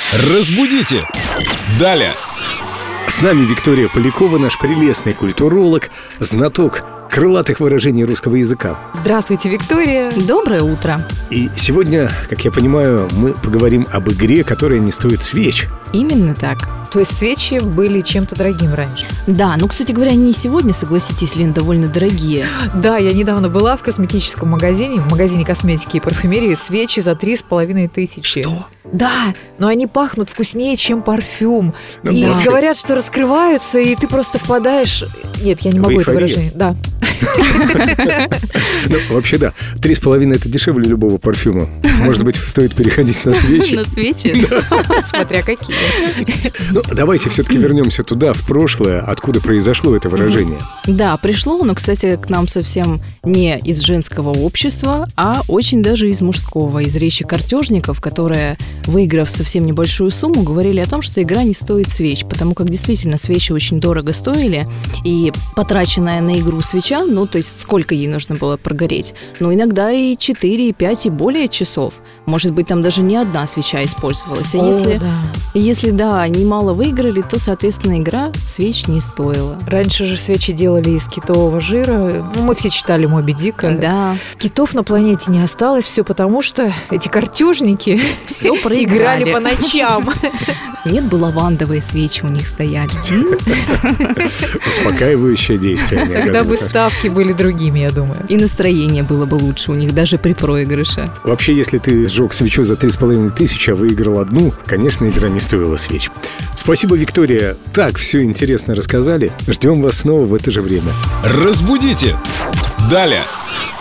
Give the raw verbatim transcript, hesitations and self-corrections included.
Разбудите! Далее! С нами Виктория Полякова, наш прелестный культуролог, знаток крылатых выражений русского языка. Здравствуйте, Виктория. Доброе утро. И сегодня, как я понимаю, мы поговорим об игре, которая не стоит свеч. Именно так. То есть свечи были чем-то дорогим раньше? Да, ну, кстати говоря, не сегодня, согласитесь, Лен, довольно дорогие. Да, я недавно была в косметическом магазине, в магазине косметики и парфюмерии, свечи за три с половиной тысячи. Что? Да, но они пахнут вкуснее, чем парфюм. Ну, и да. говорят, что раскрываются, и ты просто впадаешь... Нет, я не В могу это эйфорию. выражение. Да. Ну, вообще, да. Три с половиной — это дешевле любого парфюма. Может быть, стоит переходить на свечи? На свечи? Смотря какие. Ну, давайте все-таки вернемся туда, в прошлое, откуда произошло это выражение. Да, пришло оно, кстати, к нам совсем не из женского общества, а очень даже из мужского, из речи картежников, которые, выиграв совсем небольшую сумму, говорили о том, что игра не стоит свеч, потому как действительно свечи очень дорого стоили, и потраченная на игру свеча, ну, то есть сколько ей нужно было прогореть? Ну, иногда и четыре, и пять, и более часов. Может быть, там даже не одна свеча использовалась. А О, если, да. если, да, немало выиграли, то, соответственно, игра свеч не стоила. Раньше же свечи делали из китового жира. Ну, мы все читали «Моби Дика». Да, Китов на планете не осталось, все потому, что эти картежники все играли проиграли. по ночам. Нет бы лавандовые свечи у них стояли. Успокаивающее действие. они Тогда бы оказывают. ставки были другими, я думаю. И настроение было бы лучше у них даже при проигрыше. Вообще, если ты сжег свечу за три с половиной тысячи, а выиграл одну, конечно, игра не стоила свеч. Спасибо, Виктория. Так все интересно рассказали. Ждем вас снова в это же время. Разбудите! Далее!